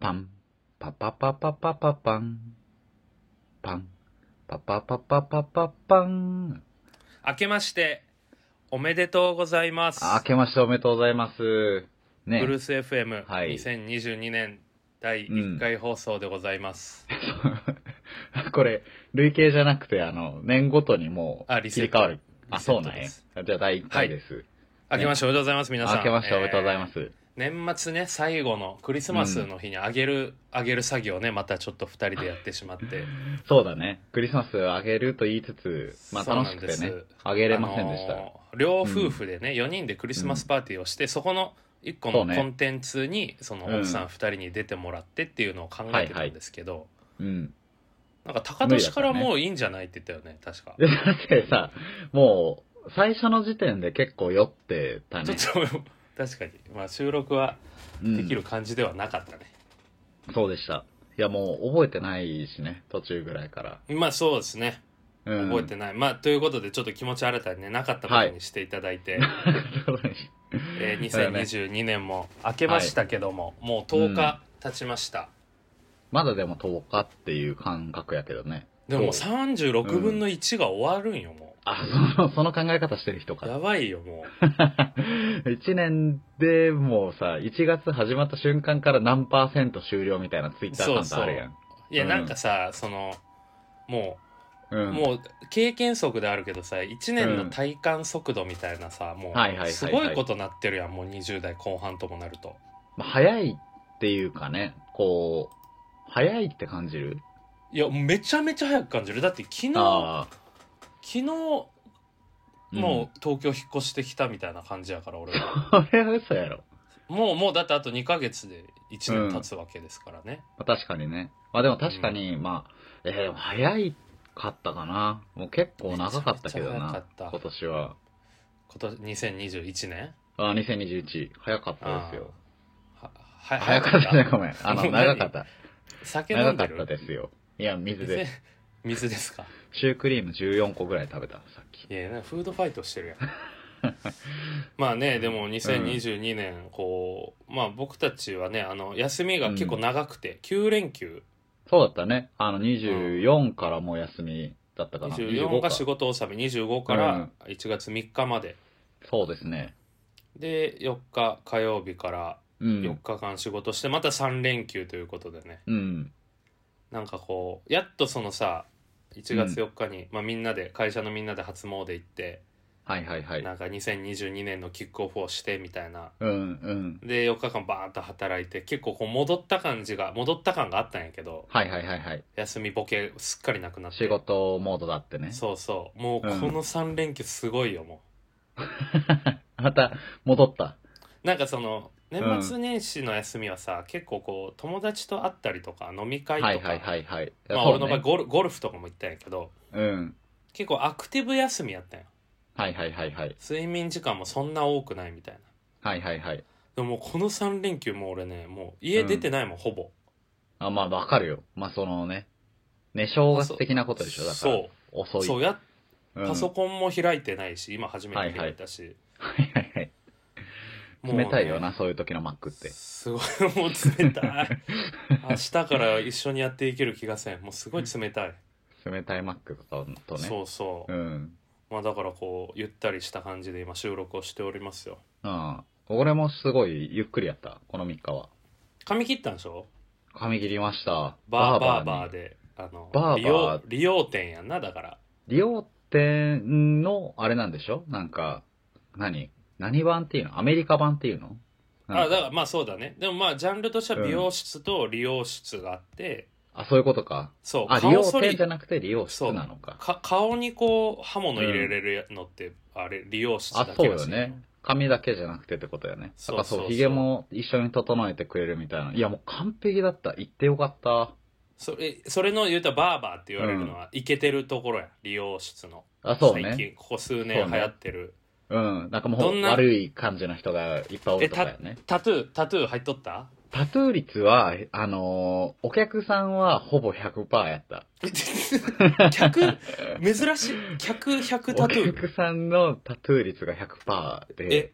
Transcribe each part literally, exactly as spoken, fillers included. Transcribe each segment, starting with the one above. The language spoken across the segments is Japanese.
パン、パパパパパパパン、パン、パパパパパパパン。 明けましておめでとうございます。 明けましておめでとうございます。ね。 ブルース エフエム、 はい、 にせんにじゅうにねんだいいっかい放送でございます。 うん、これ、累計じゃなくて、あの、年ごとにもう切り替わる。あ、そうなんや。じゃあだいいっかいです。はい、 明けましておめでとうございます、皆さん。 明けましておめでとうございます。えー年末ね、最後のクリスマスの日にあげる、うん、あげる作業ね、またちょっとふたりでやってしまって。 そうだね。クリスマスあげると言いつつ、まあ楽しくてね、あげれませんでした。あのー、両夫婦でね、うん、よにんでクリスマスパーティーをして、うん、そこのいっこのコンテンツに、その奥さんふたりに出てもらってっていうのを考えてたんですけど、はいはい、うん。なんか高年からもういいんじゃないって言ったよね、確か。 だってさ、もう、最初の時点で結構酔ってたね。 ちょっと確かに、まあ、収録はできる感じではなかったね、 うん、そうでした。いやもう覚えてないしね、途中ぐらいから。 まあそうですね、うん、覚えてない。まあということでちょっと気持ち新たにね、なかったことにしていただいて、はいえー、にせんにじゅうにねんも明けましたけども、はい、もうとおか経ちました、うん、 まだでもとおかっていう感覚やけどね。 でももうさんじゅうろくぶんのいちが終わるんよ、もう。 あ、その、その考え方してる人か。 やばいよ、もう。いちねんでもうさ、いちがつ始まった瞬間から何パーセント終了みたいなツイッターアカウントあるやん。 そうそう。いや、うん、なんかさ、その、もう、うん、もう、経験則であるけどさ、いちねんの体感速度みたいなさ、もう、すごいことなってるやん、もうにじゅうだいこう半ともなると。 まあ、早いっていうかね、こう、早いって感じる？ いや、めちゃめちゃ早く感じる。だって昨日、昨日、もう東京引っ越してきたみたいな感じやから、俺は。 それは嘘やろ。 もう、もうだってあとにかげつでいちねん経つわけですからね。 うん、確かにね。まあでも確かに、うん、まあ、えー、でも早いかったかな。もう結構長かったけどな。めちゃめちゃ早かった今年は。 今年にせんにじゅういちねんあ、にせんにじゅういち。早かったですよ。 は、は、 早かったね、ごめん。あの、長かった。 酒飲んでる？ 長かったですよ。いや、水です。 水ですか？ シュークリームじゅうよんこぐらい食べた、さっき。 いや、なんかフードファイトしてるやん。まあね、でもにせんにじゅうにねん、うん、こう、まあ僕たちはね、あの、休みが結構長くて、うん、きゅうれんきゅう。 そうだったね。あの、にじゅうよんからもう休みだったかな。 にじゅうよんが仕事納め、にじゅうごからいちがつみっかまで。 うん、そうですね。 で、よっか火曜日からよっかかん仕事して、またさんれんきゅうということでね。うん。なんかこう、やっとそのさ、いちがつよっかに、うん、まあみんなで、会社のみんなで初詣行って、 はいはいはい。 なんかにせんにじゅうにねんのキックオフをしてみたいな。 うんうん。 で、よっかかんバーンと働いて、結構こう戻った感じが、戻った感があったんやけど、 はいはいはいはい。 休みボケすっかりなくなって。 仕事モードだってね。 そうそう。もうこのさんれんきゅうすごいよ、もう。また戻った。 なんかその、年末年始の休みはさ、うん、結構こう友達と会ったりとか飲み会とか、 はいはいはいはい、 まあ俺の場合ゴル、ゴルフとかも行ったんやけど、 うん、 結構アクティブ休みやったんや。 はいはいはいはい。 睡眠時間もそんな多くないみたいな。はいはいはい。 でもこのさんれんきゅうも俺ね、もう家出てないもん、うん、ほぼ。 あ、まあわかるよ。まあそのね、ね、正月的なことでしょ、だから。そう。遅い。 そうや、パソコンも開いてないし、今初めて開いたし。 はいはいはい。冷たいよな、ね、そういう時の Mac って。 すごい、もう冷たい。明日から一緒にやっていける気がせん。もうすごい冷たい。 冷たい Mac とね。 そうそう。うん。まあだからこう、ゆったりした感じで今収録をしておりますよ。 ああ。俺もすごいゆっくりやった、このみっかは。 髪切ったんでしょ？ 髪切りました。 バーバーバーで。あの、バーバー利用、利用店やんな、だから。 利用店の、あれなんでしょ？なんか、何何版っていうの？アメリカ版っていうの？ あ、だからまあそうだね。でもまあジャンルとしては美容室と理容室があって、 うん、あ、そういうことか。 そう。 あ、理容店じゃなくて理容室なのか。 か顔にこう刃物入れれるのって、うん、あれ理容室だけらしい。 あ、そうよね。髪だけじゃなくてってことよね。だからそう、髭も一緒に整えてくれるみたいな。いやもう完璧だった。行ってよかった。 それ、それの言うたらバーバーって言われるのは、イケてるところや。理容室の。 あ、そうね。 最近、ここ数年流行ってる。 うん、なんかもう悪い感じの人がいっぱいおるとかやね。 タトゥー、タトゥー入っとった？ タトゥー率は、あのー、お客さんはほぼ ひゃくパーセント やった。 客、珍しい。客ひゃくタトゥー。 お客さんのタトゥー率が ひゃくパーセント で。 え、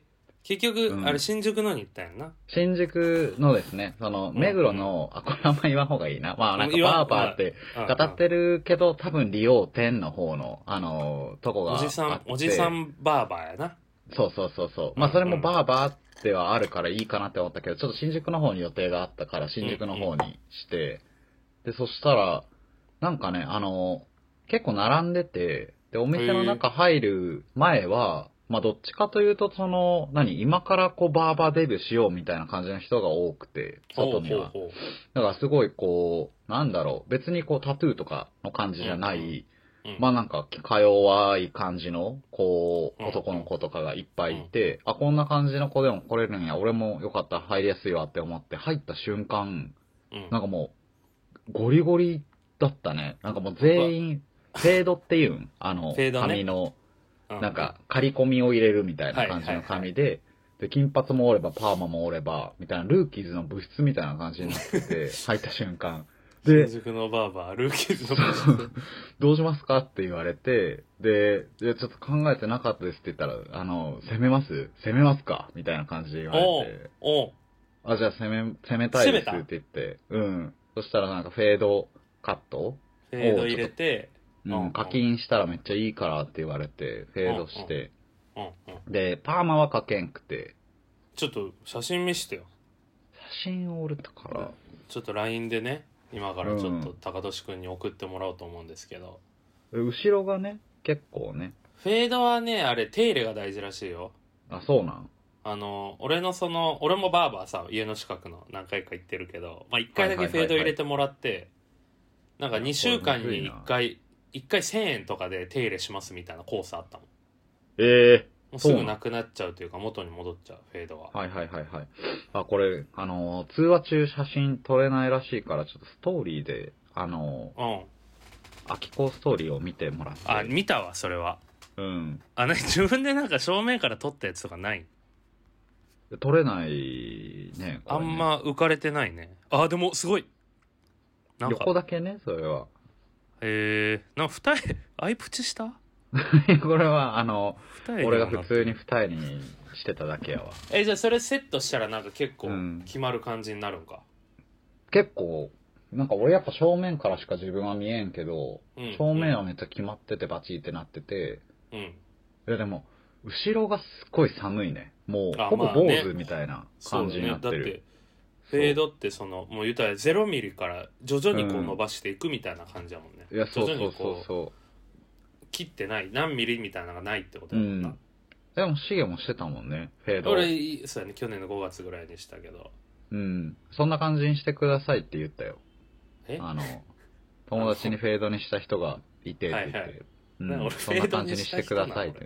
結局、 うんあれ新宿のに行ったんやんな。 新宿のですね、その、目黒の、あ、これあんま言わん方がいいな。まあなんか言わんバーバーって語ってるけど、多分利用店の方の、あの、とこがあって。 おじさん、おじさんバーバーやな。 そうそうそうそう。まあそれもバーバーではあるからいいかなって思ったけど、ちょっと新宿の方に予定があったから、新宿の方にして、で、そしたら、なんかね、あの、結構並んでて、で、お店の中入る前は、まあどっちかというと、その、何、今からこうバーバーデビューしようみたいな感じの人が多くて、外には。 ほうほうほう。 だからすごいこう、なんだろう、別にこうタトゥーとかの感じじゃない、 うんうん、 まあなんか、か弱い感じの、こう、男の子とかがいっぱいいて、うん、あ、こんな感じの子でも来れるんや、俺もよかったら入りやすいわって思って入った瞬間、うん、なんかもう、ゴリゴリだったね。なんかもう全員、フェードっていうんあの、髪の、なんか、刈り込みを入れるみたいな感じの髪で、で、金髪もおれば、パーマもおれば、みたいな、ルーキーズの部室みたいな感じになってて、入った瞬間。 で、新宿のバーバー、ルーキーズの部室。 どうしますかって言われて、で、で、ちょっと考えてなかったですって言ったら、あの、攻めます攻めますかみたいな感じで言われて。 おうおうあ、じゃあ攻め、攻めたいですって言って、うん。そしたらなんかフェードカットフェード入れて、 うん、課金したらめっちゃいいからって言われて、フェードして、で、パーマはかけんくて。 ちょっと写真見してよ。 写真を俺たから。 ちょっと ライン でね、今からちょっと高俊くんに送ってもらおうと思うんですけど。 うん、後ろがね、結構ね。 フェードはね、あれ手入れが大事らしいよ。 あ、そうなん？ あの、俺のその、俺もバーバーさ、家の近くの何回か行ってるけど、まあ、いっかいだけフェード入れてもらって、なんかにしゅうかんにいっかい、いっかいせんえんとかで手入れしますみたいなコースあったもん。 ええー。 もうすぐなくなっちゃうというか、元に戻っちゃう、フェードは。 はいはいはいはい。あ、これ、あの、通話中写真撮れないらしいから、ちょっとストーリーで、あの、うん。秋子ストーリーを見てもらって。 あ、見たわ、それは。 うん。 あ、ね、自分でなんか正面から撮ったやつとかない？ 撮れないね、ね。 あんま浮かれてないね。あ、でもすごい。 なんか横だけね、それは。 へえ、なんか二重、アイプチしたこれは、あの、俺が普通に二重にしてただけやわ。 え、じゃあそれセットしたらなんか結構決まる感じになるんか、うん、 結構、なんか俺やっぱ正面からしか自分は見えんけど、うん、正面はめっちゃ決まっててバチってなってて、うん。いやでも、後ろがすっごい寒いね。もう、ほぼ坊主みたいな感じになってる。 ね、だって、フェードってその、もう言ったらゼロミリから徐々にこう伸ばしていくみたいな感じだもんね。 うん、いや、そうそうそうそう。 切ってない、何ミリみたいなのがないってことだもんな。うん、 でも、シゲもしてたもんね、フェード。 俺、そうやね、去年のごがつぐらいでしたけど。 うん。そんな感じにしてくださいって言ったよ。えあの、友達にフェードにした人がいてって言って。はいはい、うん、俺そんな感じにしてくださいって。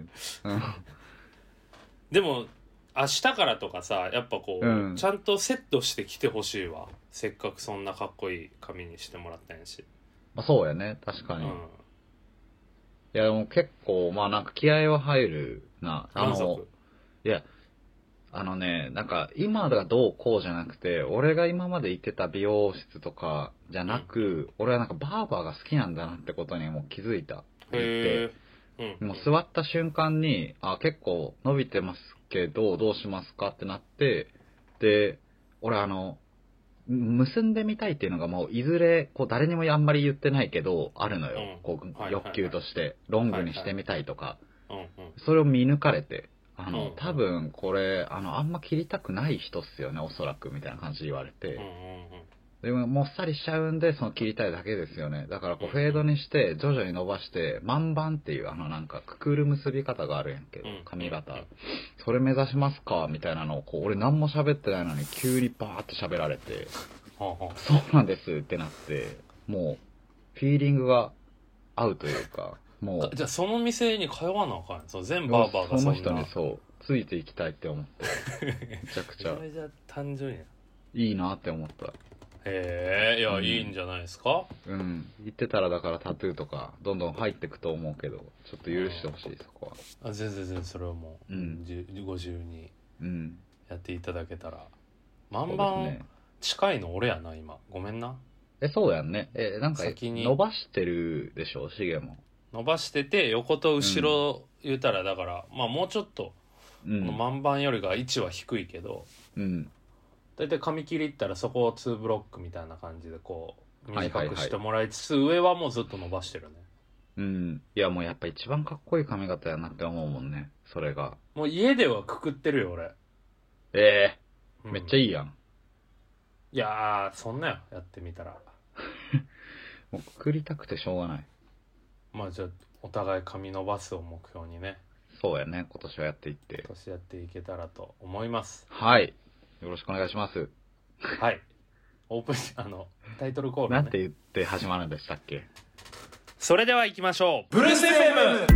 でも、明日からとかさ、やっぱこう、うん、ちゃんとセットしてきてほしいわ。せっかくそんなかっこいい髪にしてもらったんやし。 まあそうやね、確かに。うん、いや、でも結構、まあなんか気合は入るな。あの、いや、あのね、なんか今がどうこうじゃなくて、俺が今まで行ってた美容室とかじゃなく、うん、俺はなんかバーバーが好きなんだなってことにもう気づいた。 へー。うん、もう座った瞬間に、あ、結構伸びてますけど、どうしますかってなって、で、俺あの、結んでみたいっていうのがもういずれ、こう誰にもあんまり言ってないけど、あるのよ。うん、こう、欲求として、ロングにしてみたいとか。はいはい、それを見抜かれて、あの、うんうん、多分これ、あの、あんま切りたくない人っすよね、おそらく、みたいな感じで言われて。うんうんうんでも、もっさりしちゃうんで、その切りたいだけですよね。だから、こう、フェードにして、徐々に伸ばして、万番っていう、あの、なんか、くくる結び方があるやんけど、髪型。それ目指しますかみたいなのを、こう、俺何も喋ってないのに、急にバーって喋られて、そうなんですってなって、もう、フィーリングが合うというか、もう。じゃあ、その店に通わなあかん。そう、全バーバーがそんな。その人にそう、ついていきたいって思って、めちゃくちゃ。 めちゃめちゃ単純や。 いいなって思った。 へえ、いや、うん、いいんじゃないですか。 うん。言ってたらだからタトゥーとかどんどん入ってくと思うけど、ちょっと許してほしい、うん、そこは。 あ、全然全然それはもう、うん、ご自由にやっていただけたら。万番近いの俺やな、今。ごめんな。 え、そうやんね。え、なんか伸ばしてるでしょ、シゲも。 伸ばしてて、横と後ろ言うたら、だから、うん、まあもうちょっとこの満番よりが位置は低いけど、うん、だいたい髪切りいったらそこをにブロックみたいな感じでこう短くしてもらいつつ、はいはいはい、上はもうずっと伸ばしてるね。 うん。いやもうやっぱ一番かっこいい髪型やなって思うもんね、それが。 もう家ではくくってるよ俺。 ええーうん、めっちゃいいやん。 いやーそんなよ、やってみたらもうくくりたくてしょうがない。 まあじゃあお互い髪伸ばすを目標にね。 そうやね、今年はやっていって今年やっていけたらと思います。 はい、よろしくお願いします。 はい、オープンあのタイトルコール、 ね、なんて言って始まるんでしたっけ。 それでは行きましょう。ブルース エフエム。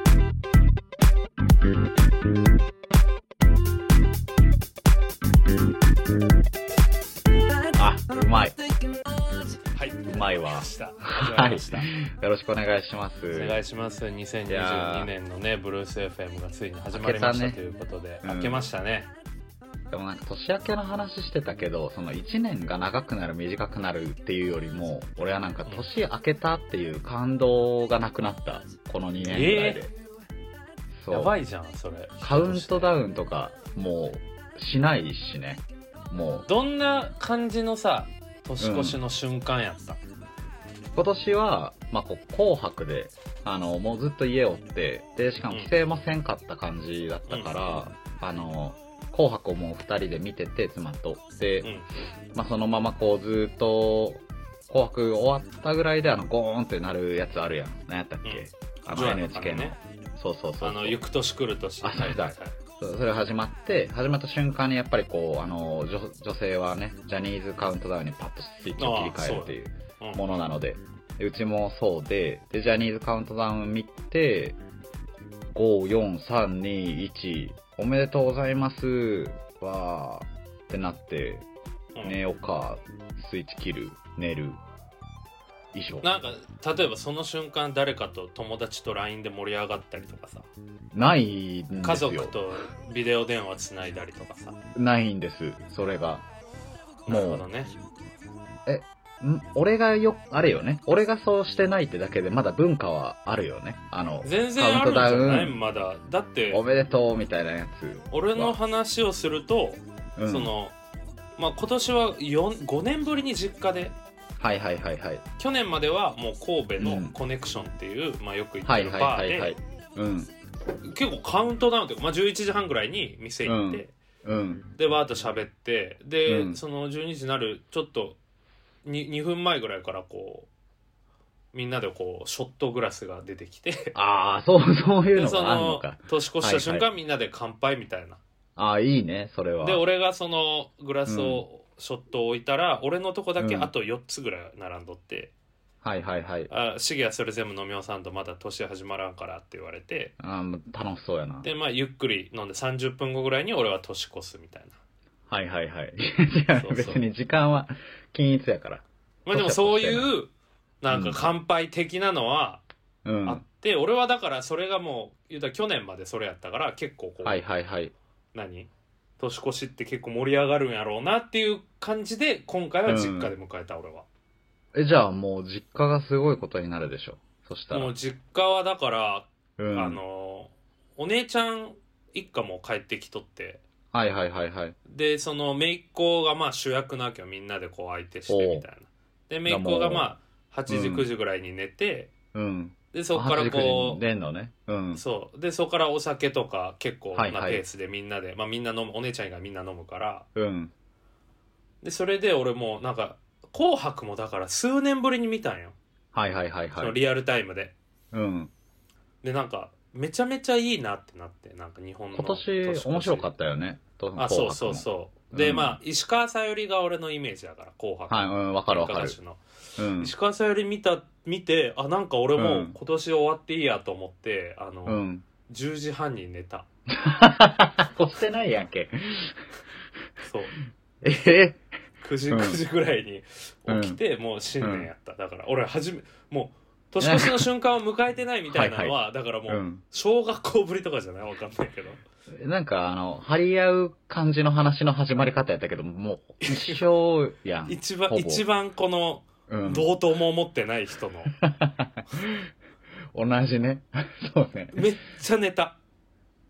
あ、うまい。 はい、 うまいわ。 はい、 よろしくお願いします。 お願いします。にせんにじゅうにねんのねブルース エフエム がついに始まりました、ね、ということで、明けましたね。 うん、でもなんか年明けの話してたけど、そのいちねんが長くなる短くなるっていうよりも、俺はなんか年明けたっていう感動がなくなった、このにねんぐらいで。えー、そうやばいじゃんそれ。 カウントダウンとかもうしないしね。もうどんな感じのさ年越しの瞬間やった、うん、 今年は、まあ、こう紅白であのもうずっと家おって、でしかも帰省もせんかった感じだったから、うん、あの紅白をもうふたりで見てて妻とで、うん、まあ、そのままこうずっと紅白終わったぐらいであのゴーンってなるやつあるやん、何やったっけ、うん、あの エヌエイチケー の、ね、そうそうそうそう、 あの行く年来る年、 あ、それだ、それが始まって始まった瞬間にやっぱりこうあの 女, 女性はねジャニーズカウントダウンにパッとスイッチを切り替えるっていうものなので、う, うちもそうで、でジャニーズカウントダウン見てご、よん、さん、に、いちおめでとうございますわーってなって、うん、寝ようか、スイッチ切る、寝る、以上。 なんか例えばその瞬間誰かと友達と ライン で盛り上がったりとかさ、 ないんですよ。 家族とビデオ電話つないだりとかさ、 ないんです、それが。 もうなるほどね。 えん俺がよあれよね、俺がそうしてないってだけでまだ文化はあるよね。あの全然あるんじゃないまだ。だっておめでとうみたいなやつ。 俺の話をすると、うん、そのまあ今年はよんごねんぶりに実家で、 はいはいはいはい、 去年まではもう神戸のコネクションっていう、うん、まあよく行ってるバーで結構カウントダウンというか、まあ、じゅういちじはんぐらいに店行って、うんうん、でわーっと喋ってで、うん、そのじゅうにじになるちょっと 2, にふんまえぐらいからこうみんなでこうショットグラスが出てきてああそうそういうのがあるのか。 年越した瞬間、はいはい、みんなで乾杯みたいな。 ああいいねそれは。 で俺がそのグラスを、うん、ショットを置いたら俺のとこだけあとよっつぐらい並んどって、 うん、はいはいはい。 あシゲはそれ全部飲みおさんとまだ年始まらんからって言われて、 あ楽しそうやな。 でまあゆっくり飲んでさんじゅっぷんごぐらいに俺は年越すみたいな。 はいはいはい。いや別に時間は均一やから。 まあでもそういうなんか乾杯的なのはあって、うん、俺はだからそれがもう言うたら去年までそれやったから結構こう、 はいはいはい、 何年越しって結構盛り上がるんやろうなっていう感じで今回は実家で迎えた、うん、俺は。 えじゃあもう実家がすごいことになるでしょ。そしたらもう実家はだから、うん、あのお姉ちゃん一家も帰ってきとって、 はいはいはいはい。 でその姪っ子がまあ主役なわけよ、みんなでこう相手してみたいな。で姪っ子がまあはちじくじぐらいに寝て、うん、でそこからこう寝んのね、うん、 そうでそこからお酒とか結構なペースでみんなで、はいはい、まあみんな飲む、お姉ちゃん以外みんな飲むから、うん、でそれで俺もなんか紅白もだから数年ぶりに見たんよ。 はいはいはいはい。 そのリアルタイムで。 うん。 でなんかめちゃめちゃいいなってなって、なんか日本の今年面白かったよね。 あそうそうそう。で、うん、まあ石川さゆりが俺のイメージだから紅白。 はい、うんわかるわかる。 うん、石川さゆり見た見てあなんか俺も今年終わっていいやと思って、あの、うん、じゅうじはんに寝た。 越してないやんけ。 そう。 えーくじ、くじぐらいに起きて、うん、もう新年やった。だから俺初めもう年越しの瞬間を迎えてないみたいなのははい、はい、だからもう、うん、小学校ぶりとかじゃないわかんないけど、 なんかあの張り合う感じの話の始まり方やったけどもう一緒やん。 一番一番この、うん、どうとも思ってない人の同じね。そうね。 めっちゃ寝た。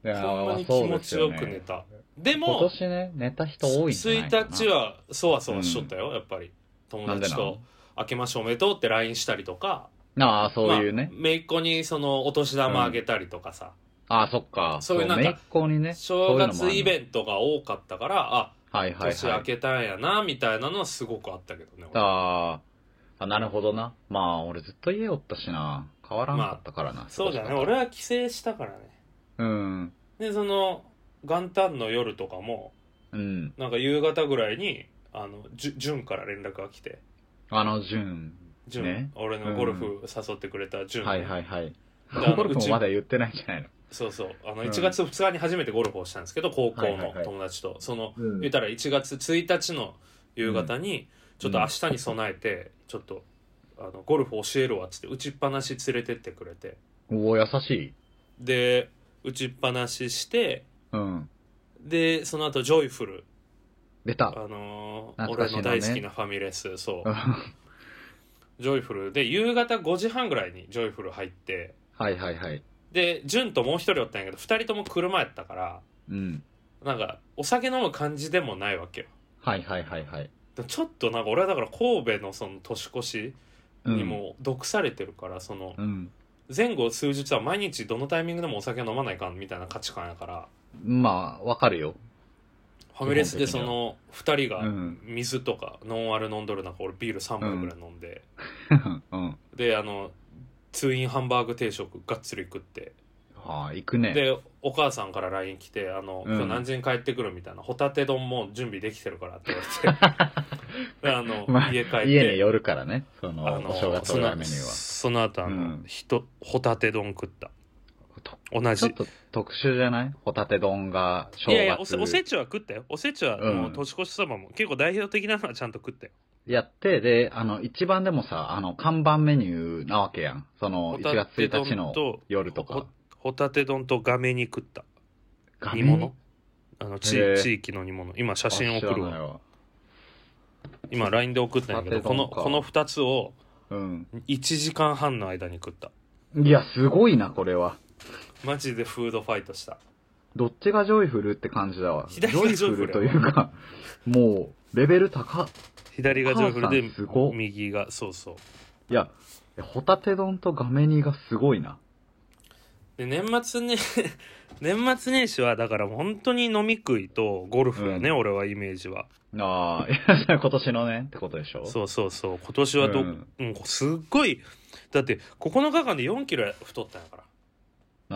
いやほんまに気持ちよく寝た。で, でも今年ね寝た人多いんじゃないかな。 ついたちはそわそわしとったよ、うん、やっぱり友達と明けましておめでとうって ライン したりとか。 ああそういうね、 まあ、姪っ子にそのお年玉あげたりとかさ、 うん、ああそっか。 そういうなんか正月イベントが多かったから、あ、はいはいはい、年明けたんやなみたいなのはすごくあったけどね。 ああなるほどな。まあ俺ずっと家おったしな、変わらんかったからな、まあ、 そうだね。俺は帰省したからね。 うんでその元旦の夜とかも、うん、なんか夕方ぐらいにあのじゅ純から連絡が来て、 あの純純、ね、俺のゴルフ誘ってくれた純、 うん、はいはいはい。ゴルフもまだ言ってないんじゃないの。 そうそう、あのいちがつふつかに初めてゴルフをしたんですけど、高校の友達と、はいはいはい、その、うん、言ったらいちがつついたちの夕方に、うん、ちょっと明日に備えてちょっとあのゴルフ教えるわっつって打ちっぱなし連れてってくれて、 おお優しい。 で打ちっぱなしして、うん、でその後ジョイフル出た、 あのーね、俺の大好きなファミレス、そうジョイフルで夕方ごじはんぐらいにジョイフル入って、 はいはいはい、 で純ともう一人おったんやけどふたりとも車やったから、うん、なんかお酒飲む感じでもないわけよ。 はいはいはいはい。 ちょっとなんか俺はだから神戸のその年越しにも毒されてるから、うん、その前後数日は毎日どのタイミングでもお酒飲まないかんみたいな価値観やから、 まあわかるよ。 ファミレスでそのふたりが水とかノンアル飲んどる中、俺ビールさんばいぐらい飲んで、うん、であのツインハンバーグ定食がっつり食って、 はあ、行くね。 でお母さんから ライン 来て、あの、うん、今日何時に帰ってくるみたいな、ホタテ丼も準備できてるからって言われてあの、まあ、家帰って家に寄るからね、そのあのお正月のメニューは。 その後あの、うん、ホタテ丼食った。同じ。 ちょっと特殊じゃない？ホタテ丼が正月。いやいやおせ、おせちは食ったよ。おせちはもう年越しそばも、うん、結構代表的なのはちゃんと食ったよ。 やって、で、あの、一番でもさ、あの、看板メニューなわけやん。その、いちがつついたちの夜とか。 ホタテ丼とガメ煮食った。煮物あの地、地域の煮物。今写真送るわ。今 ライン で送ったんやけど、この、このふたつをいちじかんはんの間に食った。 いや、すごいな、これは。 マジでフードファイトした。 どっちがジョイフルって感じだわ。ジョイフルというか、もう、レベル高っ。 左がジョイフルで、右が、そうそう。 いや、ホタテ丼とガメ煮がすごいな。 で年末ね年末年始はだから本当に飲み食いとゴルフやね、うん、俺はイメージは。 ああ、いや今年のねってことでしょ。 そうそうそう、今年はど、うん、うん、すっごい、だってここのかかんでよんキロ太ったんやから。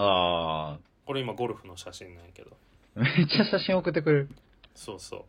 ああ、これ今ゴルフの写真なんやけど、 めっちゃ写真送ってくれる。 そうそう、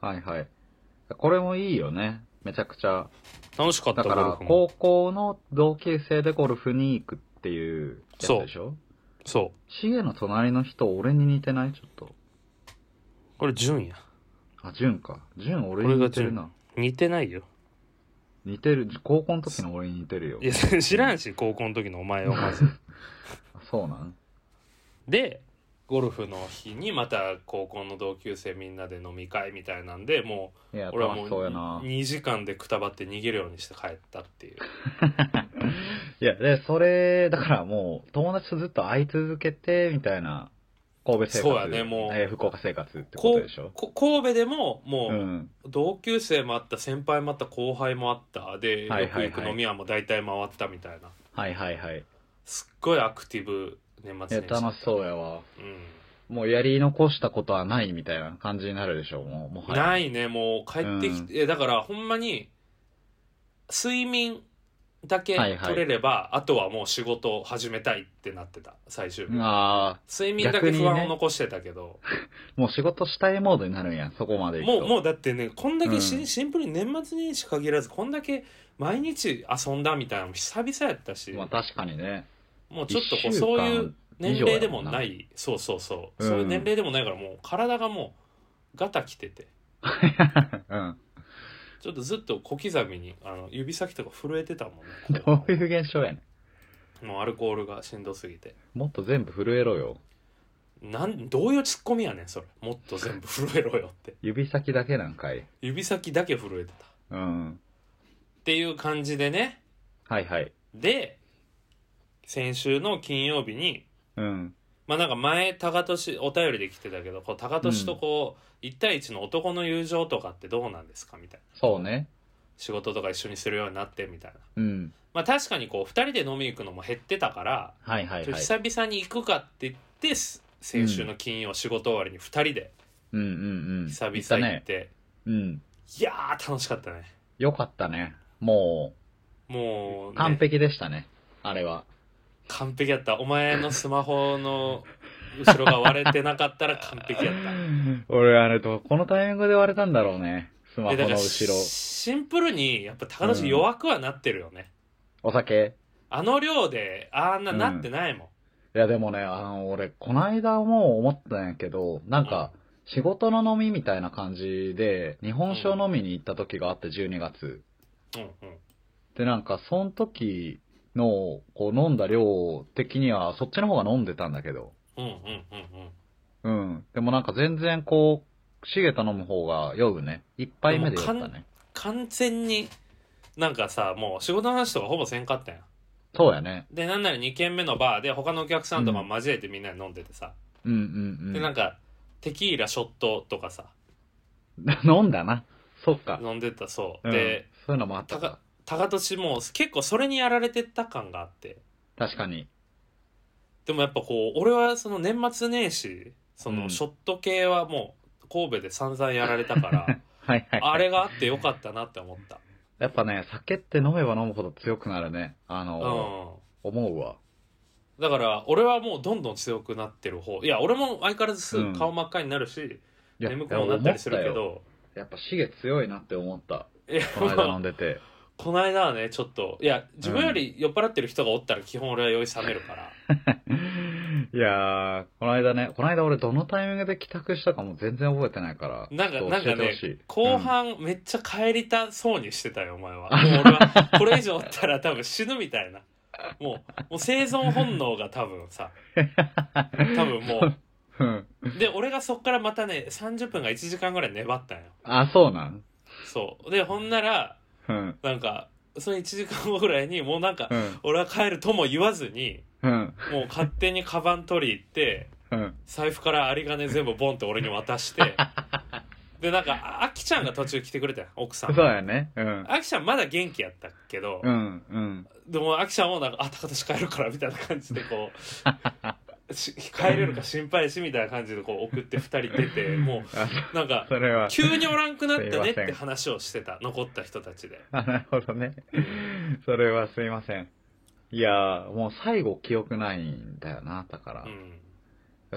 はいはい、これもいいよね、めちゃくちゃ楽しかった。 だから高校の同級生でゴルフに行くっていうやつでしょ。 そう。 シゲの隣の人、俺に似てない？ちょっと。 これ、純や。 あ、純か。純、俺に似てるな。 似てないよ。 似てる。高校の時の俺に似てるよ。 いや、知らんし、高校の時のお前はまず。 そうなんで、ゴルフの日にまた高校の同級生みんなで飲み会みたいなんで、もう俺はもうにじかんでくたばって逃げるようにして帰ったっていういやでそれだからもう友達とずっと会い続けてみたいな神戸生活。 そうやね、もう、 えー、福岡生活ってことでしょ。 神戸でももう、うん、同級生もあった、先輩もあった、後輩もあったで、よく行く飲み屋も大体回ったみたいな。 はいはいはい。 すっごいアクティブ年末年始。 楽しそうやわ。うん。もうやり残したことはないみたいな感じになるでしょう。もうもはやないね、もう帰ってきて、うん、だからほんまに睡眠だけ取れれば、はいはい、あとはもう仕事を始めたいってなってた最終日。あ、睡眠だけ不安を残してたけど、ね、 もう仕事したいモードになるんや、そこまでいくと。 もうもうだってね、こんだけ シ,、うん、シンプルに年末年始限らずこんだけ毎日遊んだみたいなの久々やったし、 まあ確かにね、 もうちょっとこうそういう年齢でもない、そうそうそう、うん、そういう年齢でもないからもう体がもうガタきてて、うん、ちょっとずっと小刻みにあの指先とか震えてたもんね。どういう現象やねん。もうアルコールがしんどすぎて。 もっと全部震えろよ。 なんどういうツッコミやねんそれ。もっと全部震えろよって。 指先だけなんかい。 指先だけ震えてた。うん。っていう感じでね。 はいはい。 で先週の金曜日に、うん、 まあなんか前高俊お便りで来てたけど、こう高俊とこう、うん、いち対いちの男の友情とかってどうなんですかみたいな。 そうね。 仕事とか一緒にするようになってみたいな。 うん。 まあ確かにこうふたりで飲み行くのも減ってたから、 はいはいはい、 久々に行くかって言って先週の金曜仕事終わりにふたりでうんうんうん久々行って、 うん、 いやー楽しかったね。 よかったね。もうもう、ね、 完璧でしたねあれは。 完璧やった。お前のスマホの後ろが割れてなかったら完璧やった俺あれとこのタイミングで割れたんだろうね、スマホの後ろ。 シンプルにやっぱ高田弱くはなってるよね、 うん、お酒あの量であんななってないもん、うん、 いやでもね、あの俺この間も思ったんやけど、なんか、うん、仕事の飲みみたいな感じで日本酒を飲みに行った時があってじゅうにがつ、うんうん、でなんかその時のこう飲んだ量的にはそっちの方が飲んでたんだけど、 うんうんうんうん、 うん、でもなんか全然こうシゲと飲む方が酔うね。一杯目で酔ったね。 完全になんかさ、もう仕事の話とかほぼせんかったやん。 そうやね。 でなんならにけんめのバーで他のお客さんとか交えてみんなで飲んでてさ、 うんうんうんうん、 でなんかテキーラショットとかさ飲んだな。そっか。 飲んでた。そう、 うん、 でそういうのもあったか。 高俊も結構それにやられてった感があって。 確かに。 でもやっぱこう俺はその年末年始そのショット系はもう神戸で散々やられたから、はいはい、はい、 あれがあってよかったなって思った。 やっぱね、酒って飲めば飲むほど強くなるね。あの、うん、思うわ。 だから俺はもうどんどん強くなってる方。いや俺も相変わらずすぐ顔真っ赤になるし、うん、眠くもなったりするけど、 やっぱシゲ強いなって思った。この間飲んでて。 この間はねちょっと、いや自分より酔っ払ってる人がおったら基本俺は酔い冷めるから、 うん、いやーこの間ねこの間俺どのタイミングで帰宅したかも全然覚えてないから、 なんかなんかね後半めっちゃ帰りたそうにしてたよお前は。もう俺はこれ以上おったら多分死ぬみたいな、もうもう生存本能が多分さ多分もううん、で俺がそっからまたねさんじゅっぷんがいちじかんぐらい粘ったんよ。 あ、そうなん。 そうでほんなら、うん、なんかそのいちじかんごぐらいにもうなんか、うん、俺は帰るとも言わずに、うん、もう勝手にカバン取り行って、うん、財布から有り金全部ボンって俺に渡してでなんかあきちゃんが途中来てくれたよ奥さん。 そうやね、うん、 あきちゃんまだ元気やったけど、うんうん、でもあきちゃんもなんかあ高田帰るからみたいな感じでこう帰れるか心配しみたいな感じでこう送ってふたり出て、もうなんか急におらんくなったねって話をしてた残った人たちで。 あ、なるほどね。それはすいません。いやーもう最後記憶ないんだよな。だから、うん、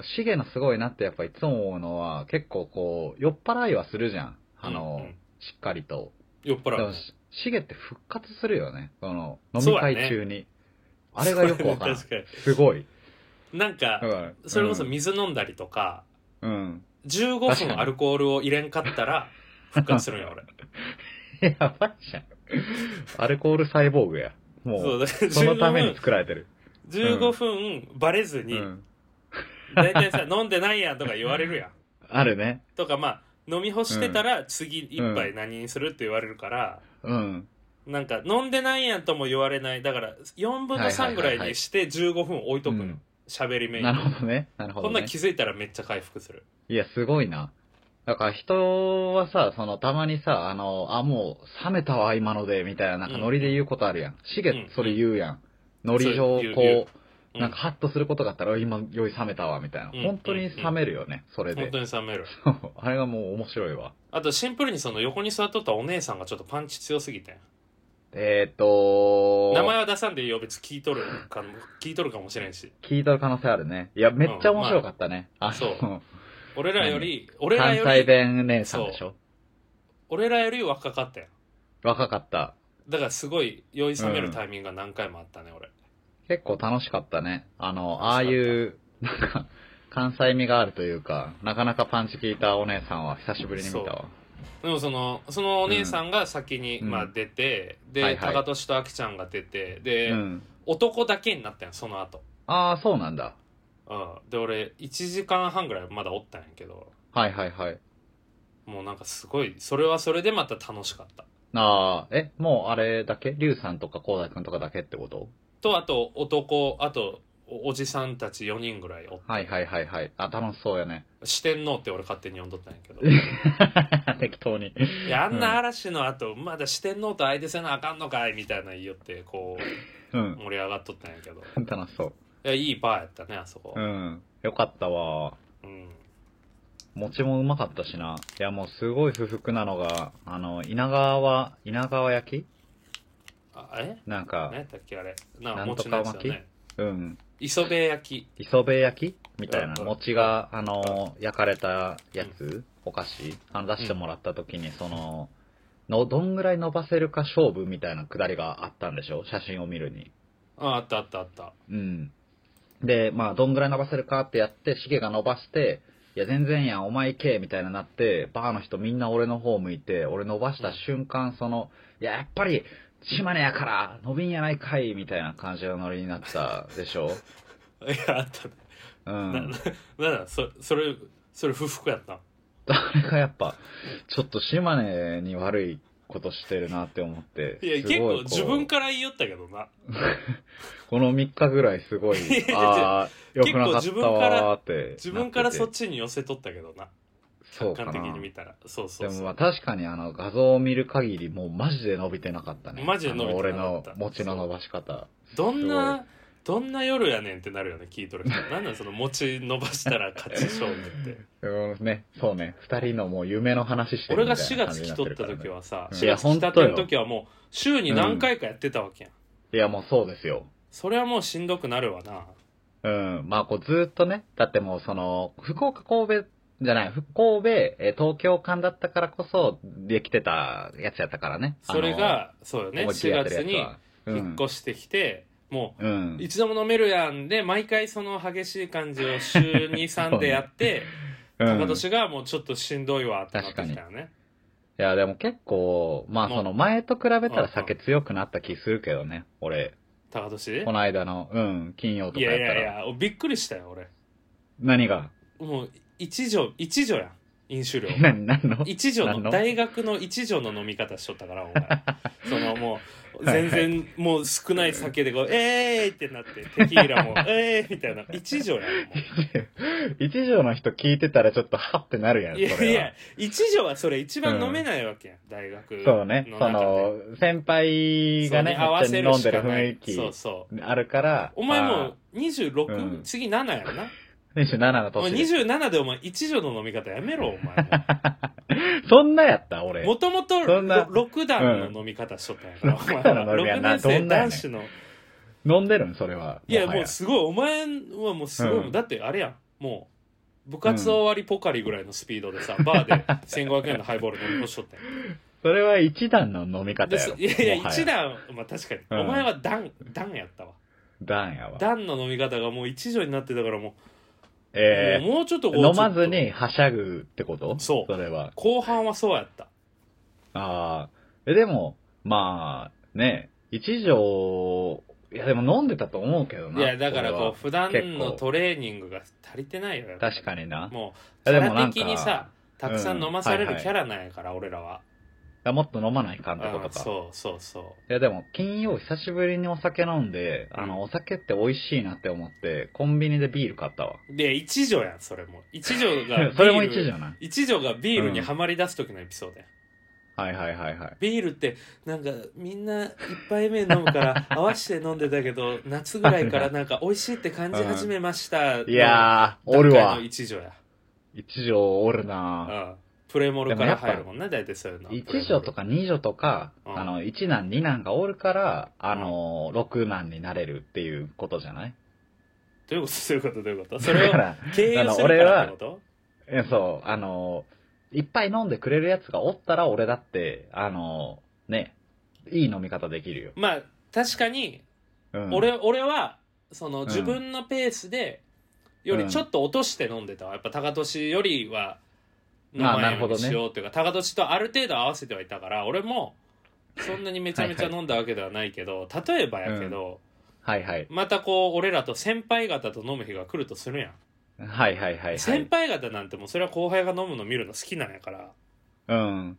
シゲのすごいなってやっぱいつも思うのは結構こう酔っ払いはするじゃん、あの、うんうん、しっかりと酔っ払う。 シゲって復活するよね、その飲み会中に、ね、あれがよくわからん、ね、すごいなんか、うん、それこそ水飲んだりとか、うん、じゅうごふんアルコールを入れんかったら復活するんや俺。やばいじゃん。アルコールサイボーグや。もう、そうだそのために作られてる。 じゅうごふんバレずに、うん、だいたいさ、飲んでないやんとか言われるやん。 あるね。 とかまあ、飲み干してたら次一杯何にするって言われるから、うん。なんか飲んでないやんとも言われない。だからよんぶんのさんぐらいにしてじゅうごふん置いとくの。うん喋りメイン。 なるほどね。なるほどね。 こんな気づいたらめっちゃ回復する。 いや、すごいな。だから人はさ、そのたまにさ、あの、あ、もう冷めたわ、今ので、みたいな、なんかノリで言うことあるやん。しげ、うん、それ言うやん。ノリ上、こう、なんかハッとすることがあったら、今、酔い冷めたわ、みたいな。うん、本当に冷めるよね、それで。 本当に冷める。 あれがもう面白いわ。 あとシンプルにその横に座っとったお姉さんがちょっとパンチ強すぎて。 えーっと名前は出さんでいいよ、別に聞いとるか聞いとるかもしれんし。 聞いとる可能性あるね。いや、めっちゃ面白かったね。 うんまあ、そう。俺らより、俺らより。 関西弁姉さんでしょ。 俺らより若かったよ。 若かった。 だからすごい酔い冷めるタイミングが何回もあったね、うん、俺。 結構楽しかったね。あの、ああいう、なんか、関西味があるというか、なかなかパンチ効いたお姉さんは久しぶりに見たわ。 でもそのそのお姉さんが先に、うんまあ、出て、で、はいはい、高俊とあきちゃんが出てで、うん、男だけになったんその後。 ああそうなんだ。 うん、で俺いちじかんはんぐらいまだおったんやけど、 はいはいはい、 もうなんかすごいそれはそれでまた楽しかった。 ああえもうあれだけリュウさんとかコウダイ君とかだけってこと？ とあと男あとお, おじさんたちよにんぐらいおって、 はいはいはいはい。あ、楽しそうやね。 四天王って俺勝手に呼んどったんやけど適当に。 いや、あんな嵐の後、うん、まだ四天王と相手せなあかんのかいみたいな言いよってこう、うん、盛り上がっとったんやけど楽しそう。 いや、いいバーやったね、あそこ。 うん。よかったわ。うん。餅もうまかったしな。いや、もうすごい不服なのが、あの、稲川、稲川焼きあ、えなんか、 何やったっけあれ。なんか餅のやつだね。 うん。 磯辺焼き。 磯辺焼きみたいな。餅が、あの、焼かれたやつ、うん、お菓子あの出してもらった時に、その、の、どんぐらい伸ばせるか勝負みたいなくだりがあったんでしょ写真を見るに。 あ、あったあったあった。 うん。で、まあ、どんぐらい伸ばせるかってやって、シゲが伸ばして、いや、全然やん、お前行けみたいになって、バーの人みんな俺の方向いて、俺伸ばした瞬間、その、いや、やっぱり、島根やから、伸びんやないかいみたいな感じのノリになったでしょいや、あったね。うん。な、な、なんだ、そ、それ、それ不服やった。 誰がやっぱ、ちょっと島根に悪いことしてるなって思って。 いや、結構自分から言いよったけどな。 このみっかぐらいすごい、ああ、よくなかったわーって。 自分からそっちに寄せとったけどな。客観的に見たら。そうそうそう。 でもまあ確かにあの画像を見る限りもうマジで伸びてなかったね。 マジで伸びてなかった。 俺の餅の伸ばし方。 どんな、どんな夜やねんってなるよね、聞いとる人。なんなんその餅伸ばしたら勝ち勝負って。 うんね、そうね。二人のもう夢の話してるみたいな感じになってるから、ね。俺がしがつ来とった時はさ、しがつ来たての時はもう週に何回かやってたわけやん。 うん、いやもうそうですよ。 それはもうしんどくなるわな。 うん。まあこうずっとね、だってもうその、福岡神戸じゃない、神戸、え東京間だったからこそできてたやつやったからね。 それが、そうよね、しがつに引っ越してきて、うん、もう、うん、いつでも飲めるやんで、毎回その激しい感じを週に、さんでやって、ね、うん、高年がもうちょっとしんどいわってなってきたよね。 いや、でも結構、まあその前と比べたら酒強くなった気するけどね、俺。 高年この間の、うん、金曜とかやったら。 いやいやいや、びっくりしたよ、俺。 何がもう、一錠、一錠やん。飲酒量。 何、何の一錠の、大学の一錠の飲み方しとったから、お前。そのもう、全然もう少ない酒でこう、えーいってなって、テキーラも、えーみたいな。一錠やん、もう。 一錠の人聞いてたらちょっとハッてなるやん、 いやいや、一錠はそれ一番飲めないわけやん、うん、大学の。 そうね。その、先輩がね、合わせる飲んでる雰囲気そうそうあるから。 お前もうにじゅうろく、うん、次ななやろな。 にじゅうななの年にじゅうななでお前一錠の飲み方やめろお前そんなやった俺もともとろく段の飲み方しとったんやから、うん、お前はろくねん生男子の飲んでるんそれはいやもうすごいお前はもうすごい、うん、だってあれやんもう部活終わりポカリぐらいのスピードでさ、うん、バーでせんごひゃくえんのハイボール飲み干しとったんやそれは一段の飲み方やろいやいや一段まあ確かに、うん、お前は段段やったわ段やわ段の飲み方がもう一錠になってたからもうえー、 もうもうちょっと飲まずにはしゃぐってことそうそれは後半はそうやったああえでもまあね一錠いやでも飲んでたと思うけどないやだからこう普段のトレーニングが足りてないよ確かになもうキャラ的にさたくさん飲まされるキャラなんやから、うんはいはい、俺らはもっと飲まないかんってことか。 そうそうそう。 いやでも、金曜久しぶりにお酒飲んで、うん、あの、お酒って美味しいなって思って、コンビニでビール買ったわ。 で、一錠やん、それも。一錠がそれも一錠な。 一錠がビールにはまり出す時のエピソードや、 うん。はいはいはいはい。 ビールって、なんか、みんな一杯目飲むから、合わせて飲んでたけど、夏ぐらいからなんか美味しいって感じ始めました、 うん。いやー、おるわ。 一錠や。 一錠おるなうん。プレモルから入るもんね、大体そういうの。 いち錠とかに錠とか、うん、あの、いち男に男がおるから、あの、うん、ろく男になれるっていうことじゃないどういうことどういうことどういうことそれを経由するからってこといや、そう、あの、いっぱい飲んでくれるやつがおったら、俺だって、あの、ね、いい飲み方できるよ。 まあ、確かに、うん、俺、俺は、その、自分のペースで、よりちょっと落として飲んでたわ。やっぱ高年よりは、飲まないようにしようっていうか、高年とある程度合わせてはいたから、俺もそんなにめちゃめちゃ飲んだわけではないけど、はいはい、例えばやけど、うん、 はいはい、 またこう俺らと先輩方と飲む日が来るとするやん。はいはいはい、はい、 先輩方なんてもうそれは後輩が飲むの見るの好きなんやから、 うん、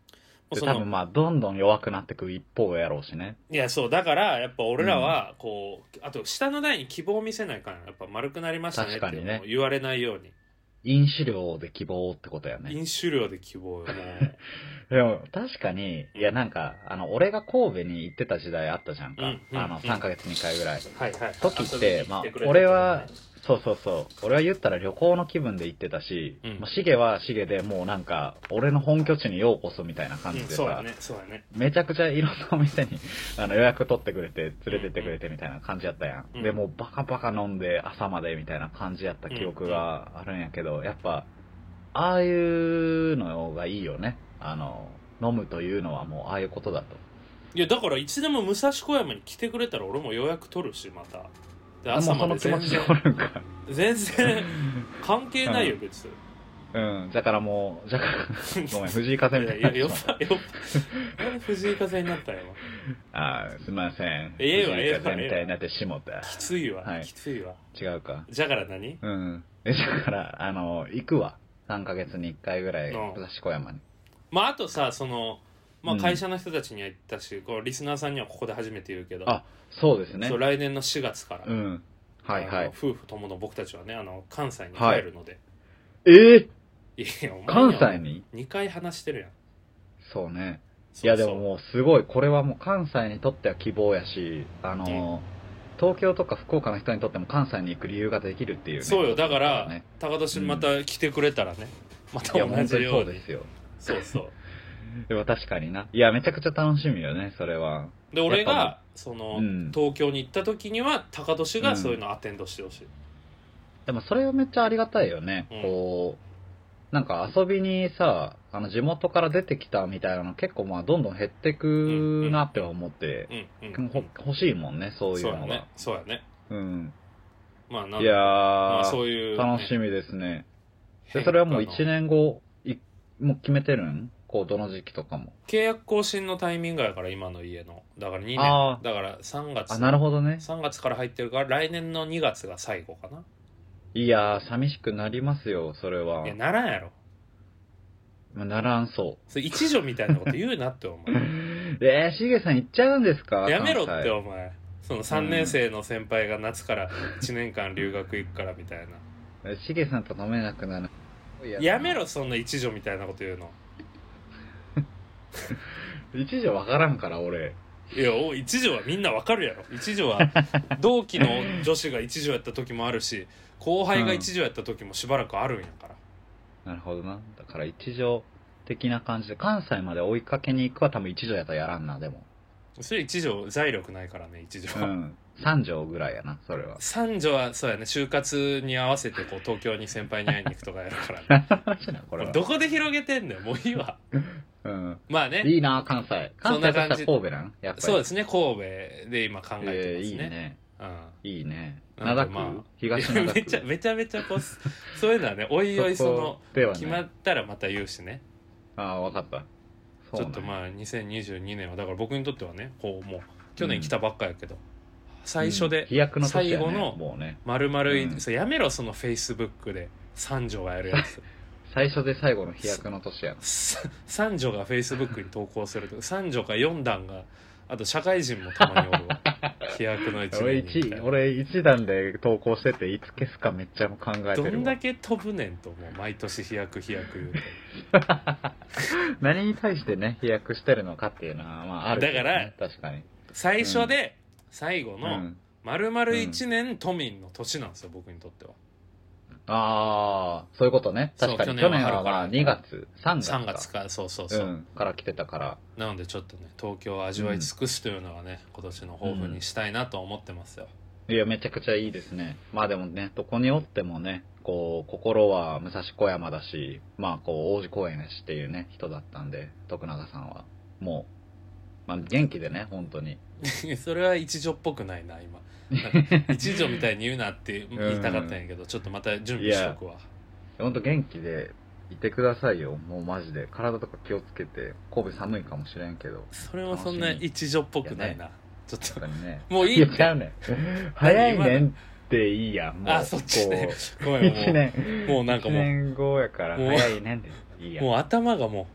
で多分まあどんどん弱くなってく一方やろうしね。 いやそうだからやっぱ俺らはこう、うん、あと下の台に希望を見せないからやっぱ丸くなりましたねっていうのを言われないように。 飲酒量で希望ってことやね。 飲酒量で希望よもう。 でも確かに、いやなんか、あの、俺が神戸に行ってた時代あったじゃんか。うんうん、あの、さんかげつにいっかいぐらい。 はいはい。 時って、まあ、俺は、そうそうそう。俺は言ったら旅行の気分で行ってたし、うん、まあ、シゲはシゲでもうなんか、俺の本拠地にようこそみたいな感じでさ、うん、そうだね、そうだね。めちゃくちゃいろんなお店にあの予約取ってくれて、連れてってくれてみたいな感じやったやん。うん、で、もうバカバカ飲んで朝までみたいな感じやった記憶があるんやけど、やっぱ、ああいうのがいいよね。あの、飲むというのはもうああいうことだと。 いや、だからいつでも武蔵小山に来てくれたら俺も予約取るし、また。で朝まで全然全然関係ないよ、うん、別に。 うん、だからもう、じゃごめん、藤井風みたいな。いや、よっぱ、よっぱ、何藤井風になったよ。 ああ、すみません。 ええわ、ええわ。 風みたいになってしもた。 きついわ、はい、きついわ。 違うか。 じゃから何？ うん。え、だから、あの、行くわ。さんかげつにいっかいぐらい、武蔵小山に。 まあ、あとさ、その、まあ、会社の人たちには言ったし、うん、このリスナーさんにはここで初めて言うけど、 あ、そうですね。 そう、来年のしがつから、 うん、はいはい。 夫婦ともの僕たちはね、あの関西に帰るので。 はい、えー、 いや、お前関西ににかい話してるやん。 そうね。そうそう、いやでももうすごい、これはもう関西にとっては希望やし、あの、うん、東京とか福岡の人にとっても関西に行く理由ができるっていうね。 そうよ、だから、ね、高年また来てくれたらね、うん、また同じように。いや、 そうですよ。 そうそう。 でも確かにな。いや、めちゃくちゃ楽しみよね、それは。 で、俺が、その、うん、東京に行った時には、高年がそういうのアテンドしてほしい、うん。 でもそれはめっちゃありがたいよね。うん、こう、なんか遊びにさ、あの、地元から出てきたみたいなの結構まあ、どんどん減ってくなって思って、欲しいもんね、そういうのが。 そうやね。そうやね。 うん。 まあ、なんいやー、まあ、そういう、 ね、楽しみですね。で、それはもういちねんご、いもう決めてるん？こうどの時期とかも契約更新のタイミングやから今の家のだからにねんだからさんがつあなるほどねさんがつから入ってるから来年のにがつが最後かな。 いやー寂しくなりますよそれは。 いやならんやろ。 ならんそう。 それ一女みたいなこと言うなってお前えー、しげさん行っちゃうんですか。 やめろってお前。そのさんねん生の先輩が夏からいちねんかん留学行くからみたいな。しげさんと飲めなくなる。 やめろそんな一女みたいなこと言うの一女分からんから俺。 いや一女はみんな分かるやろ。一女は同期の女子が一女やった時もあるし後輩が一女やった時もしばらくあるんやから、 うん、なるほどな。だから一女的な感じで関西まで追いかけに行くは多分一女やったらやらんな。でもそれ一女財力ないからね一女は、うん、 三女ぐらいやなそれは。 三女はそうやね就活に合わせてこう東京に先輩に会いに行くとかやるからねこれはどこで広げてんねんもういいわうん、まあねいいな関西。関西としたら神戸なんやっぱり。 そうですね神戸で今考えてますね、えー、いいね、うん、いいね。 灘区、まあ、東灘区めちゃめちゃめちゃこうそういうのはねおいおいそのそ、ね、決まったらまた言うしね。 ああ分かった。 ちょっとまあにせんにじゅうにねんはだから僕にとってはねこうもう去年来たばっかやけど、うん、最初で最後の丸々、うん、そうやめろそのフェイスブックで三女がやるやつ最初で最後の飛躍の年やな。 三女がフェイスブックに投稿すると三女かよんだんがあと社会人もたまにおるわ飛躍のいちねんにみたいな。 俺いち段で投稿してていつ消すかめっちゃ考えてるわ。 どんだけ飛ぶねんともう毎年飛躍飛躍言うて何に対してね飛躍してるのかっていうのはまあある、ね、 だから確かに最初で最後の丸々いちねん都民の年なんですよ、僕にとっては。 ああそういうことね。確かに去年はまあにがつさんがつかさんがつかそうそうそう、うん、 から来てたから。 なのでちょっとね東京を味わい尽くすというのはね、うん、今年の抱負にしたいなと思ってますよ、 うん、いやめちゃくちゃいいですね。まあでもねどこにおってもねこう心は武蔵小山だしまあこう王子公園やしっていうね人だったんで徳永さんはもう、まあ、元気でね本当にそれは一女っぽくないな今なんか一女みたいに言うなって言いたかったんやけど、うん、ちょっとまた準備しとくわ。 本当元気でいてくださいよもうマジで。体とか気をつけて。神戸寒いかもしれんけどそれもそんな一女っぽくないな、ね、ちょっと、 ね、 もういいってちゃうねん早いねんっていいやんもう。 あそっちねごめんもういちねんもうなんかもういちねんごやから早いねんっていいやん。 もう頭がもう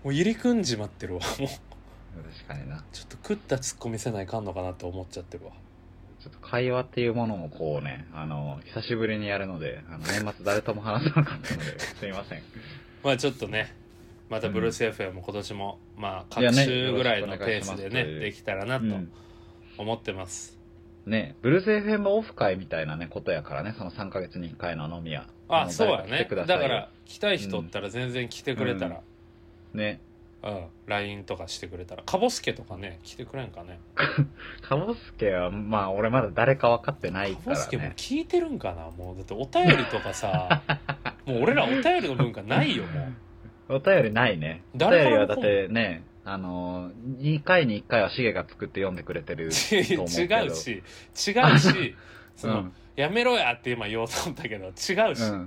もう入り組んじまってるわもう確かにな。 ちょっと食ったツッコミせないかんのかなって思っちゃってるわ。 ちょっと会話っていうものをこうね、あの、久しぶりにやるので、あの年末誰とも話さなかったので、すいません。 まあちょっとね、またブルース エフエム も今年も、まあ各週ぐらいのペースでね、できたらなと思ってます。 うん、ね、ブルース エフエム オフ会みたいなね、ことやからね、そのさんかげつにいっかいの飲み屋。 あ、そうやね。だから来たい人おったら全然来てくれたら。 うん、ね。 うん、ライン とかしてくれたら。かぼすけとかね、来てくれんかね。 かぼすけは、まあ俺まだ誰か分かってないからね。かぼすけも聞いてるんかなもう、だってお便りとかさ、もう俺らお便りの文化ないよ、もう。お便りないね。お便りはだってね、あの、にかいにいっかいはシゲが作って読んでくれてると思うけど。 違うし、違うし、その、うん、やめろやって今言おうと思ったけど、違うし。うん、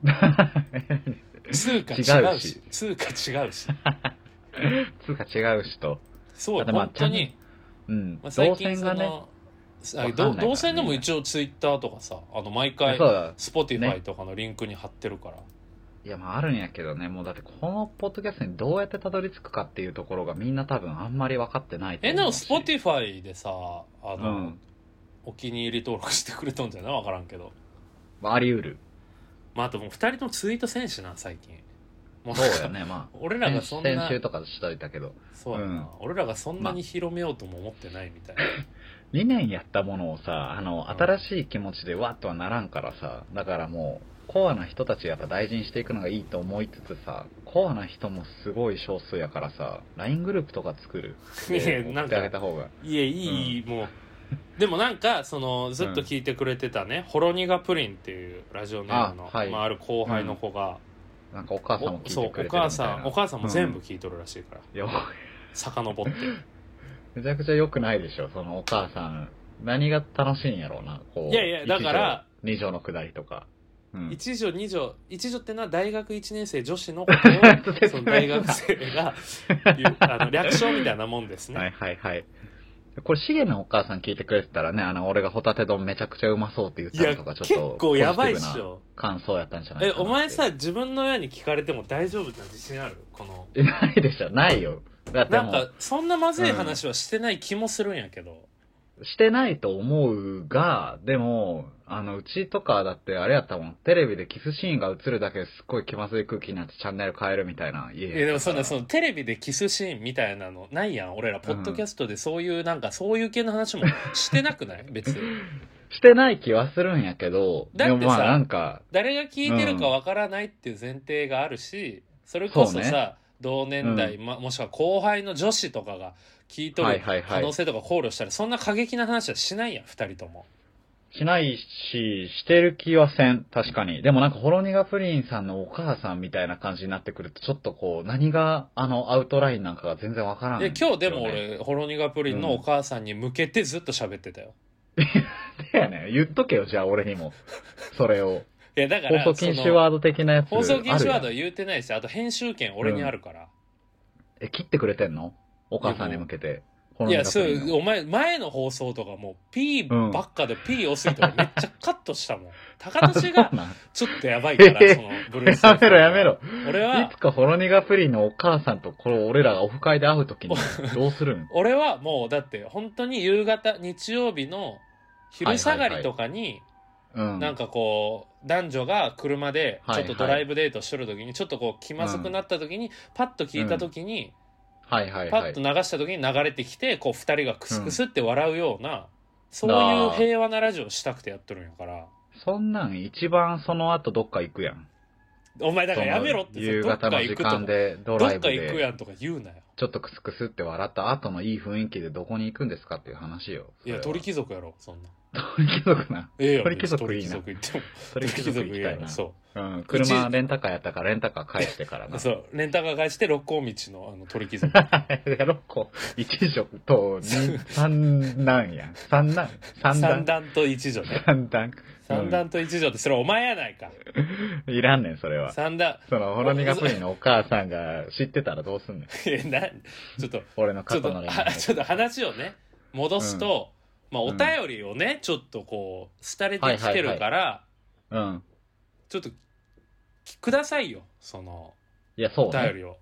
通貨違うし。通貨違うし。 通貨違うしと。 そう、まあ、本当に。 うん。まあ、最近その、 ね、動線でも一応ツイッターとかさ、あの毎回スポティファイとかのリンクに貼ってるから。ね、 いや、まああるんやけどね、もうだってこのポッドキャストにどうやってたどり着くかっていうところがみんな多分あんまり分かってないと思うし。 え、でもスポティファイでさ、あの、うん、お気に入り登録してくれとんじゃない？分からんけど。 まあ、あり得る。 まああともうふたりともツイートせんしな、最近。 そうやね、まあ。 俺らがそんな。 先週とかしといたけど。 そうやな、うん。俺らがそんなに広めようとも思ってないみたいな。 にねんやったものをさ、あの、新しい気持ちでわっとはならんからさ、だからもう、コアな人たちやっぱ大事にしていくのがいいと思いつつさ、コアな人もすごい少数やからさ、ライン グループとか作る。 いや、なんか、 あげた方がいや、いい、うん、もう。でもなんか、その、ずっと聞いてくれてたね、うん、ホロニガプリンっていうラジオネームの、あ、はい、まあ、ある後輩の子が、うんなんかお母さんも聞いてくれてるみたいな。 そう、お母さん、お母さんも全部聞いとるらしいから。うん、遡って。 めちゃくちゃ良くないでしょ、そのお母さん。何が楽しいんやろうな、こう。 いやいや、だから、 に条の下りとか。 うん、いち条、に条、いち条ってのは大学いちねん生女子のことを、その大学生が言う、あの、略称みたいなもんですね。 はいはいはい。これ、シゲのお母さん聞いてくれてたらね、あの、俺がホタテ丼めちゃくちゃうまそうって言ったのとか、ちょっと、 結構やばいっしょ。 感想やったんじゃないかな。 え、お前さ、自分の親に聞かれても大丈夫な自信ある？この。 ないでしょ、ないよ。 だってなんか、そんなまずい話はしてない気もするんやけど。 うん、してないと思うが、でも、あの、うちとかだってあれやったもん、テレビでキスシーンが映るだけですっごい気まずい空気になってチャンネル変えるみたいな家や。 いやでもそんな、そのテレビでキスシーンみたいなのないやん。俺ら、ポッドキャストでそういう、なんかそういう系の話もしてなくない別に。 してない気はするんやけど、 だってさ、 なんか誰が聞いてるかわからないっていう前提があるし、それこそさ、ね、同年代、うん、ま、もしくは後輩の女子とかが聞いとる可能性とか考慮したら、そんな過激な話はしないやん、二人とも。 しないし、してる気はせん。確かに。でもなんか、ホロニガプリンさんのお母さんみたいな感じになってくると、ちょっとこう、何が、あの、アウトラインなんかが全然わからん、 ね。今日でも俺、ホロニガプリンのお母さんに向けてずっと喋ってたよ。 うん、でやね、言っとけよ、じゃあ俺にも。それを。 いや、だから、 放送禁止ワード的なやつ。 放送禁止ワードは言うてないし、あと編集権俺にあるから。うん、 え、切ってくれてんの？お母さんに向けて。 いや、そう、お前、前の放送とかもう、P ばっかで P 多すぎてめっちゃカットしたもん。高年が、ちょっとやばいから、その、ブルース。 やめろやめろ。 俺は、 いつかホロニガプリンのお母さんと、これ俺らがオフ会で会うときに、どうするん？ 俺はもう、だって、本当に夕方、日曜日の昼下がりとかに、なんかこう、男女が車で、ちょっとドライブデートしてるときに、ちょっとこう、気まずくなったときに、パッと聞いたときに、 はいはいはい、 パッと流した時に流れてきてこう二人がクスクスって笑うような、うん、そういう平和なラジオしたくてやってるんやから。 そんなん一番その後どっか行くやん。 お前だからやめろって。 夕方の時間でドライブでどっか行くやんとか言うなよ。 ちょっとクスクスって笑った後のいい雰囲気でどこに行くんですかっていう話よ。 いや鳥貴族やろそんな。 鳥貴族な。 ええよ。 鳥貴族いいな。 鳥貴族行っても。 鳥貴族行きたいな。 そう。 うん。車レンタカーやったからレンタカー返してからな。 そう。レンタカー返して六甲道のあの鳥貴族。 六甲一条と二三男や。三男三段。三段と一条ね。 三段。 三段と一条ってそれお前やないか。 いらんねんそれは。 三段。 そのホロニガプリンのお母さんが知ってたらどうすんねん。 いやなちょっと俺の過去の恋愛ちょっと話をね戻すと、うん、まあお便りをね、うん、ちょっとこう廃れてきてるから、はいはいはい、うん、ちょっとくださいよそのいやそう、 ね、お便りを。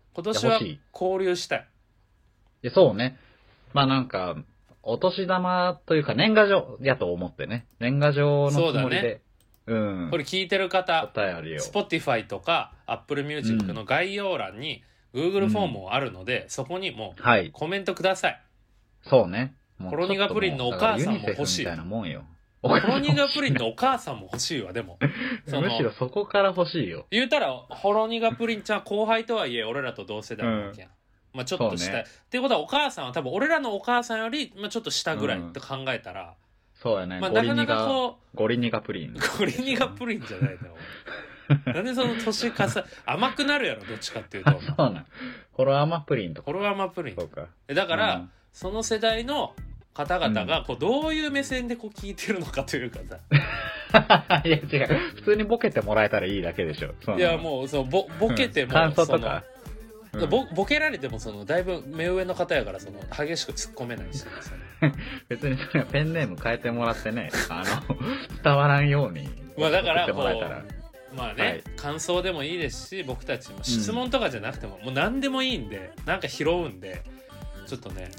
今年は交流したい。 いや、そうね。まあなんか、お年玉というか年賀状やと思ってね。年賀状のつもりで。 う、ね、うん。これ聞いてる方、Spotify とか Apple Music の概要欄に Google フォームもあるので、うん、そこにもコメントください。 はい、そうね。 ほろ苦プリンのお母さんも欲しい。 みたいなもんよ。 ほろ苦プリンのお母さんも欲しいわ、でも。 むしろそこから欲しいよ。 言うたら、ほろ苦プリンちゃん後輩とはいえ、俺らと同世代なわけやん。うん、まあちょっと下、ね、っていうことはお母さんは多分俺らのお母さんより、まあ、ちょっと下ぐらいって考えたら、うん、 そうやね。 まあなかなかこう、ゴリ苦プリン。 ゴリ苦プリンじゃないの。なんでその年かさ、甘くなるやろ、どっちかっていうと。 そうなん。ほろ甘プリンとか。 ほろ甘プリン。 そうか。 だから、うん、その世代の方々がこうどういう目線でこう聞いてるのかというかさ。いや違う。普通にボケてもらえたらいいだけでしょ。 いやもうそうボボケても、うん、 感想とか。 うん、ボ, ボケられてもそのだいぶ目上の方やからその激しく突っ込めないし別にそれはペンネーム変えてもらってねあの伝わらんようにまあだからこうまあね、はい、感想でもいいですし僕たちも質問とかじゃなくても、うん、もう何でもいいんでなんか拾うんでちょっとね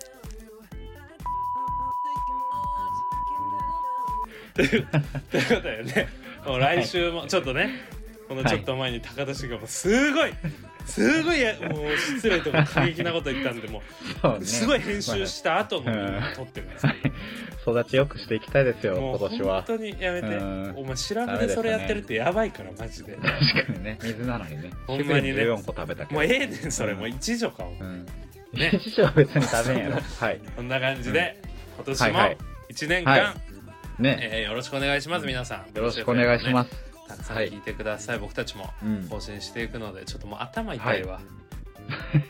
ということだよねもう来週もちょっとね、はい、このちょっと前に高田氏がもうすごいすごいやもう失礼とか過激なこと言ったんでもうすごい編集した後の今撮ってるんですけど育ちよくしていきたいですよ今年は本当にやめてお前シラフでそれやってるってやばいからマジで確かにね水なのにねほんまにねじゅうよんこ食べたけどもうええねんそれもう一女かも、 うんね、一女は別に食べんやろはいこんな感じで、うん、今年もいちねんかん、はいはいねえー、よろしくお願いします皆さんよろしくお願いしますたくさん聞いてください、はい、僕たちも更新していくので、うん、ちょっともう頭痛いわ、はい、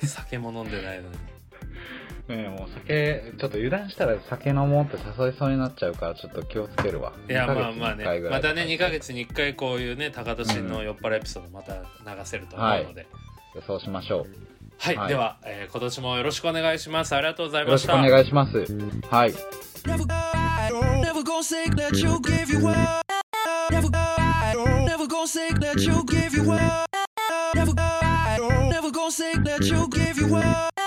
酒も飲んでないのにねえもう酒ちょっと油断したら酒飲もうって誘いそうになっちゃうからちょっと気をつけるわいやまあまあねまたねにかげつにいっかいこういうね高年の酔っ払いエピソードまた流せると思うので、 うんはい、そうしましょうはい、はい、では、えー、今年もよろしくお願いしますありがとうございましたよろしくお願いしますはい Never, never gonna say that you give you up. Never, never gonna say that you give you up. Never, never gonna say that you give you up.